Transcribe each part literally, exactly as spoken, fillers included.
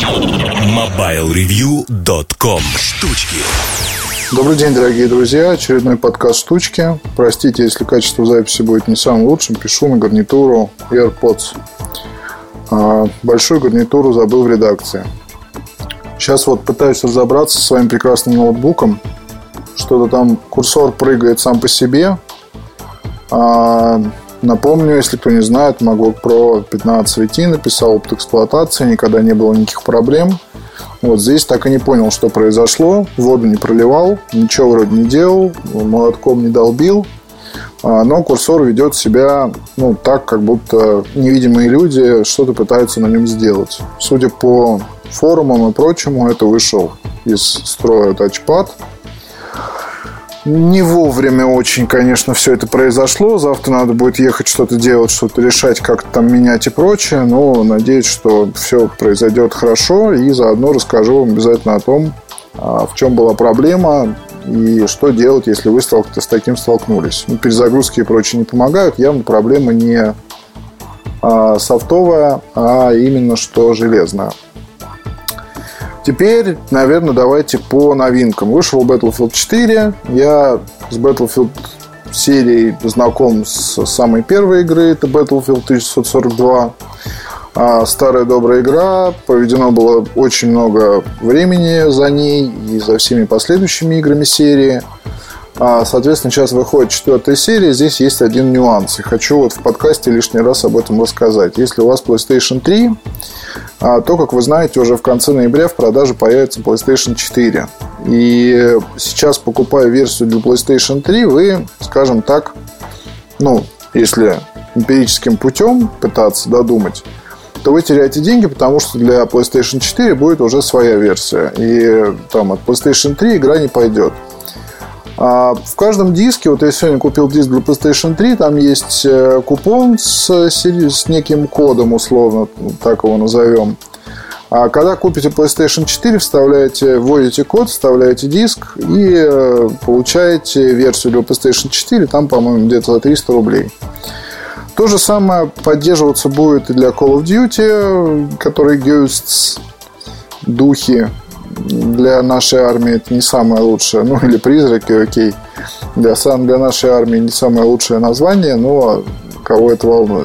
мобайл ревью точка ком. Штучки. Добрый день, дорогие друзья. Очередной подкаст «Штучки». Простите, если качество записи будет не самым лучшим. Пишу на гарнитуру AirPods. Большую гарнитуру забыл в редакции. Сейчас вот пытаюсь разобраться со своим прекрасным ноутбуком. Что-то там курсор прыгает сам по себе. Напомню, если кто не знает, MacBook Pro пятнадцать Retina, написал опыт эксплуатации, никогда не было никаких проблем. Вот здесь так и не понял, что произошло. Воду не проливал, ничего вроде не делал, молотком не долбил. Но курсор ведет себя ну, так, как будто невидимые люди что-то пытаются на нем сделать. Судя по форумам и прочему, это вышел из строя тачпад. Не вовремя очень, конечно, все это произошло. Завтра надо будет ехать что-то делать, что-то решать, как-то там менять и прочее. Но надеюсь, что все произойдет хорошо. И заодно расскажу вам обязательно о том, в чем была проблема и что делать, если вы с таким столкнулись. Ну, перезагрузки и прочее не помогают. Явно проблема не софтовая, а именно что железная. Теперь, наверное, давайте по новинкам. Вышел Battlefield четыре. Я с Battlefield серией знаком с самой первой игры. Это Battlefield тысяча девятьсот сорок два. Старая добрая игра. Проведено было очень много времени за ней и за всеми последующими играми серии. Соответственно, сейчас выходит четвертая серия. Здесь есть один нюанс. И хочу вот в подкасте лишний раз об этом рассказать. Если у вас PlayStation три, то, как вы знаете, уже в конце ноября в продаже появится PlayStation четыре. И сейчас, покупая версию для PlayStation три, вы, скажем так, ну, если эмпирическим путем пытаться додумать, то вы теряете деньги, потому что для PlayStation четыре будет уже своя версия. И там от PlayStation три игра не пойдет. А в каждом диске, вот я сегодня купил диск для PlayStation три, там есть купон с, с неким кодом, условно, так его назовем. А когда купите PlayStation четыре, вставляете, вводите код, вставляете диск и получаете версию для PlayStation четыре, там, по-моему, где-то за триста рублей. То же самое поддерживаться будет и для Call of Duty, который Ghosts, духи. Для нашей армии это не самое лучшее. Ну, или призраки, окей. Для, для нашей армии не самое лучшее название, но кого это волнует.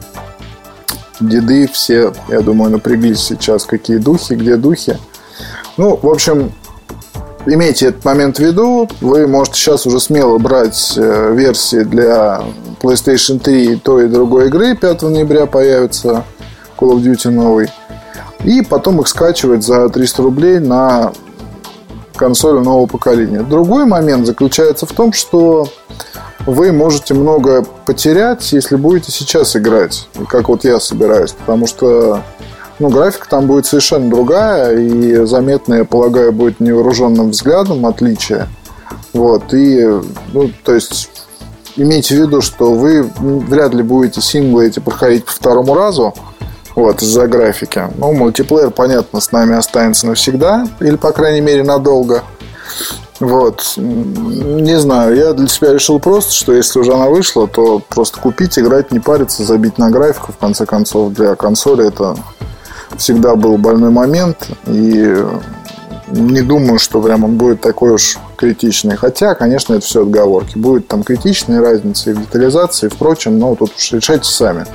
Деды все, я думаю, напряглись сейчас. Какие духи, где духи. Ну, в общем, имейте этот момент в виду. Вы можете сейчас уже смело брать версии для PlayStation три той и другой игры. пятого ноября появится Call of Duty новый. И потом их скачивать за триста рублей на консоли нового поколения. Другой момент заключается в том, что вы можете много потерять, если будете сейчас играть, как вот я собираюсь. Потому что ну, графика там будет совершенно другая. И заметно, я полагаю, будет невооруженным взглядом отличие. Вот. И, ну, то есть, имейте в виду, что вы вряд ли будете синглы эти проходить по второму разу. Вот, из-за графики. Ну, мультиплеер, понятно, с нами останется навсегда. Или, по крайней мере, надолго. Вот. Не знаю, я для себя решил просто, что если уже она вышла, то просто купить, играть, не париться, забить на графику. В конце концов, для консоли это всегда был больной момент. И не думаю, что прям он будет такой уж критичный. Хотя, конечно, это все отговорки. Будет там критичная разница и в детализации, и в прочем. Но тут уж решайте сами.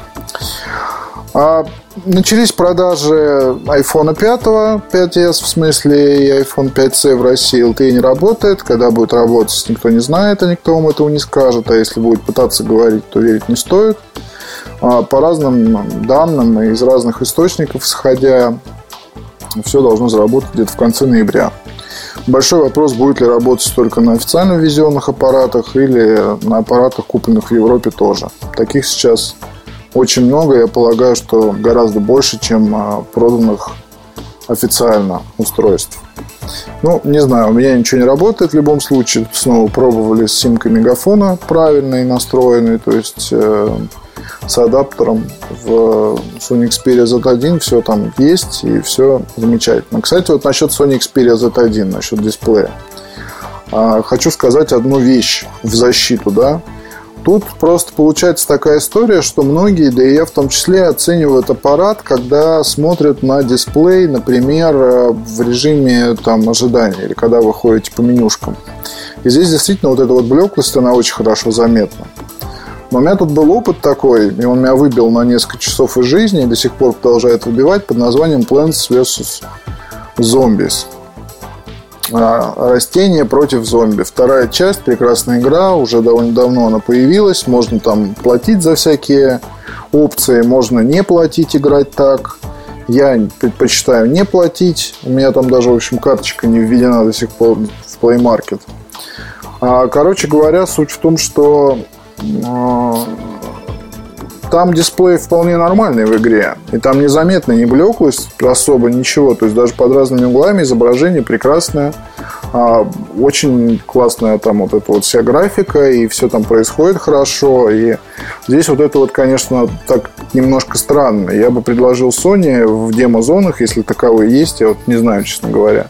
А начались продажи айфон пять, пять эс в смысле, и айфон пять си в России. эл ти и не работает. Когда будет работать, никто не знает, а никто вам этого не скажет. А если будет пытаться говорить, то верить не стоит. По разным данным из разных источников исходя, все должно заработать где-то в конце ноября. Большой вопрос, будет ли работать только на официально ввезенных аппаратах или на аппаратах, купленных в Европе тоже. Таких сейчас очень много, я полагаю, что гораздо больше, чем проданных официально устройств. Ну, не знаю, у меня ничего не работает в любом случае. Снова пробовали с симкой мегафона правильной настроенной, то есть э, с адаптером в Sony Xperia зет один все там есть и все замечательно. Кстати, вот насчет Sony Xperia зет один, насчет дисплея. Хочу сказать одну вещь в защиту, да. Тут просто получается такая история, что многие, да и я в том числе, оценивают аппарат, когда смотрят на дисплей, например, в режиме там, ожидания или когда вы ходите по менюшкам. И здесь действительно вот эта вот блеклость, она очень хорошо заметна. Но у меня тут был опыт такой, и он меня выбил на несколько часов из жизни и до сих пор продолжает выбивать, под названием Plants versus. Zombies. Растения против зомби. Вторая часть, прекрасная игра, уже довольно давно она появилась. Можно там платить за всякие опции, можно не платить, играть так. Я предпочитаю не платить. У меня там даже, в общем, карточка не введена до сих пор в Play Market. Короче говоря, суть в том, что там дисплей вполне нормальный в игре. И там незаметна ни блеклость, особо ничего. То есть даже под разными углами изображение прекрасное. Очень классная там вот эта вот вся графика. И все там происходит хорошо. И здесь вот это вот, конечно, так немножко странно. Я бы предложил Sony в демо-зонах, если таковые есть, я вот не знаю, честно говоря,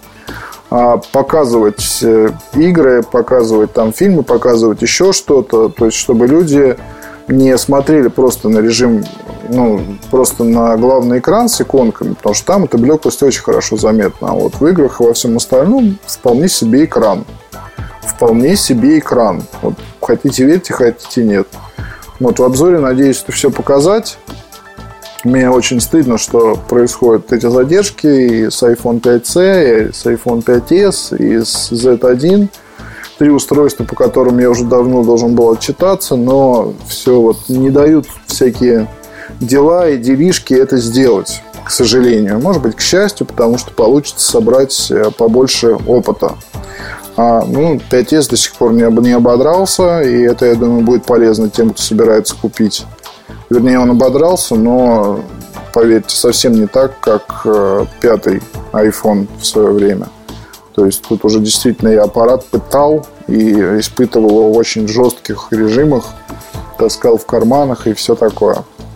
показывать игры, показывать там фильмы, показывать еще что-то. То есть чтобы люди не смотрели просто на режим, ну, просто на главный экран с иконками, потому что там эта блеклость очень хорошо заметна. А вот в играх и во всем остальном вполне себе экран. Вполне себе экран. Вот хотите верьте, хотите нет. Вот в обзоре, надеюсь, это все показать. Мне очень стыдно, что происходят эти задержки и с айфон пять си, и с айфон пять эс, и с зет один. Три устройства, по которым я уже давно должен был отчитаться, но все вот не дают всякие дела и делишки это сделать, к сожалению. Может быть, к счастью, потому что получится собрать побольше опыта. А, ну, пять эс до сих пор не, не ободрался, и это, я думаю, будет полезно тем, кто собирается купить. Вернее, он ободрался, но, поверьте, совсем не так, как пятый iPhone в свое время. То есть тут уже действительно я аппарат пытал и испытывал его в очень жестких режимах, таскал в карманах и все такое.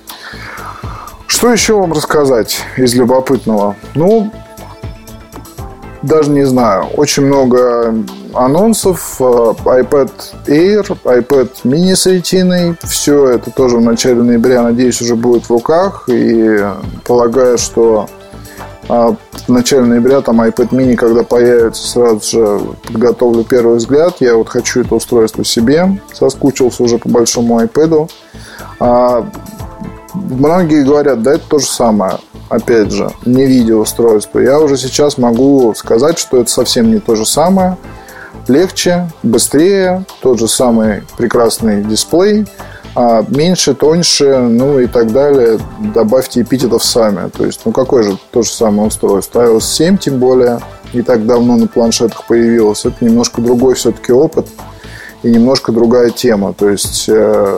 Что еще вам рассказать из любопытного? Ну, даже не знаю. Очень много анонсов. iPad Air, iPad mini с ретиной. Все это тоже в начале ноября, надеюсь, уже будет в руках. И полагаю, что в начале ноября там iPad mini, когда появится, сразу же подготовлю первый взгляд. Я вот хочу это устройство себе. Соскучился уже по большому iPad. А многие говорят, да, это то же самое. Опять же, не видеоустройство. Я уже сейчас могу сказать, что это совсем не то же самое. Легче, быстрее, тот же самый прекрасный дисплей, а меньше, тоньше, ну и так далее. Добавьте эпитетов сами. То есть, ну какое же то же самое устройство? ай о эс семь, тем более, не так давно на планшетах появилось. Это немножко другой все-таки опыт и немножко другая тема. То есть, э,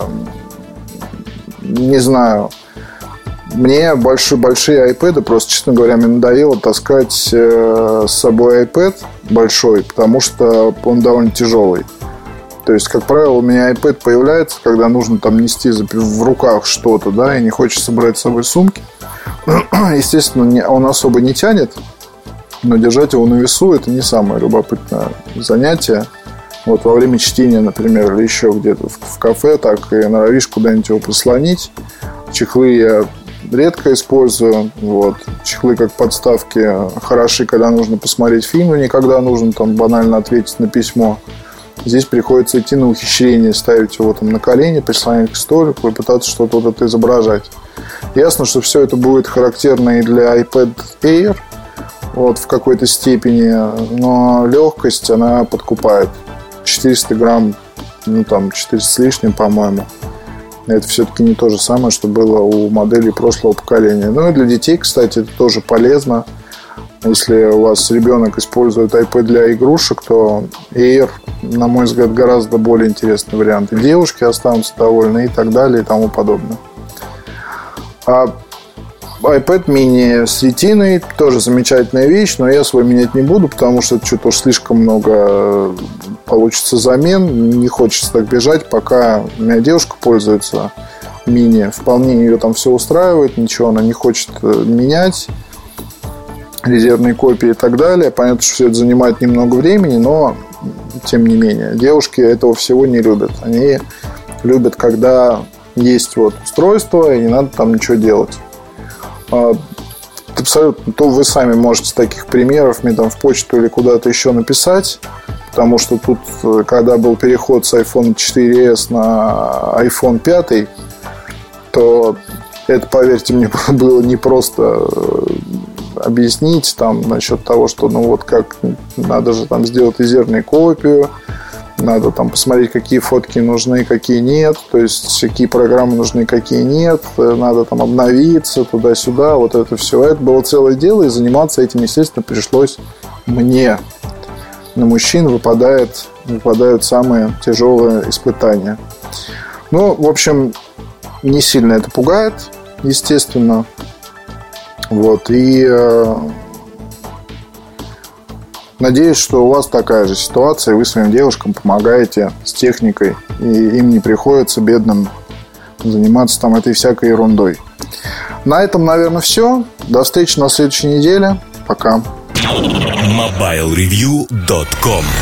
не знаю, мне большие, большие iPad, просто, честно говоря, мне надоело таскать э, с собой iPad большой, потому что он довольно тяжелый. То есть, как правило, у меня iPad появляется, когда нужно там нести в руках что-то, да, и не хочется брать с собой сумки. Естественно, он особо не тянет, но держать его на весу – это не самое любопытное занятие. Вот во время чтения, например, или еще где-то в кафе, так и норовишь куда-нибудь его прислонить. Чехлы я редко использую. Вот. Чехлы как подставки хороши, когда нужно посмотреть фильм, но не когда нужно там банально ответить на письмо. Здесь приходится идти на ухищрение, ставить его там на колени, прислонять к столику и пытаться что-то вот это изображать. Ясно, что все это будет характерно и для iPad Air вот, в какой-то степени, но легкость, она подкупает. четыреста грамм, ну там четыреста с лишним, по-моему. Это все-таки не то же самое, что было у моделей прошлого поколения. Ну и для детей, кстати, это тоже полезно. Если у вас ребенок использует iPad для игрушек, то Air, на мой взгляд, гораздо более интересный вариант. И девушки останутся довольны и так далее и тому подобное. А iPad mini с ретиной тоже замечательная вещь, но я свой менять не буду, потому что это что-то уж слишком много получится замен. Не хочется так бежать, пока у меня девушка пользуется мини. Вполне ее там все устраивает, ничего она не хочет менять. Резервные копии и так далее. Понятно, что все это занимает немного времени, но тем не менее девушки этого всего не любят. Они любят, когда есть вот устройство, и не надо там ничего делать. Абсолютно, то вы сами можете таких примеров мне там в почту или куда-то еще написать, потому что тут, когда был переход с айфон четыре эс на айфон пять, то это, поверьте мне, было не просто объяснить там насчет того, что ну вот как надо же там сделать резервную копию, надо там посмотреть, какие фотки нужны, какие нет, то есть какие программы нужны, какие нет, надо там обновиться туда-сюда, вот это все. Это было целое дело, и заниматься этим, естественно, пришлось мне. На мужчин выпадает, выпадают самые тяжелые испытания. Ну, в общем, не сильно это пугает, естественно. Вот, и э, надеюсь, что у вас такая же ситуация, и вы своим девушкам помогаете с техникой, и им не приходится, бедным, заниматься там этой всякой ерундой. На этом, наверное, все. До встречи на следующей неделе. Пока. мобайл ревью точка ком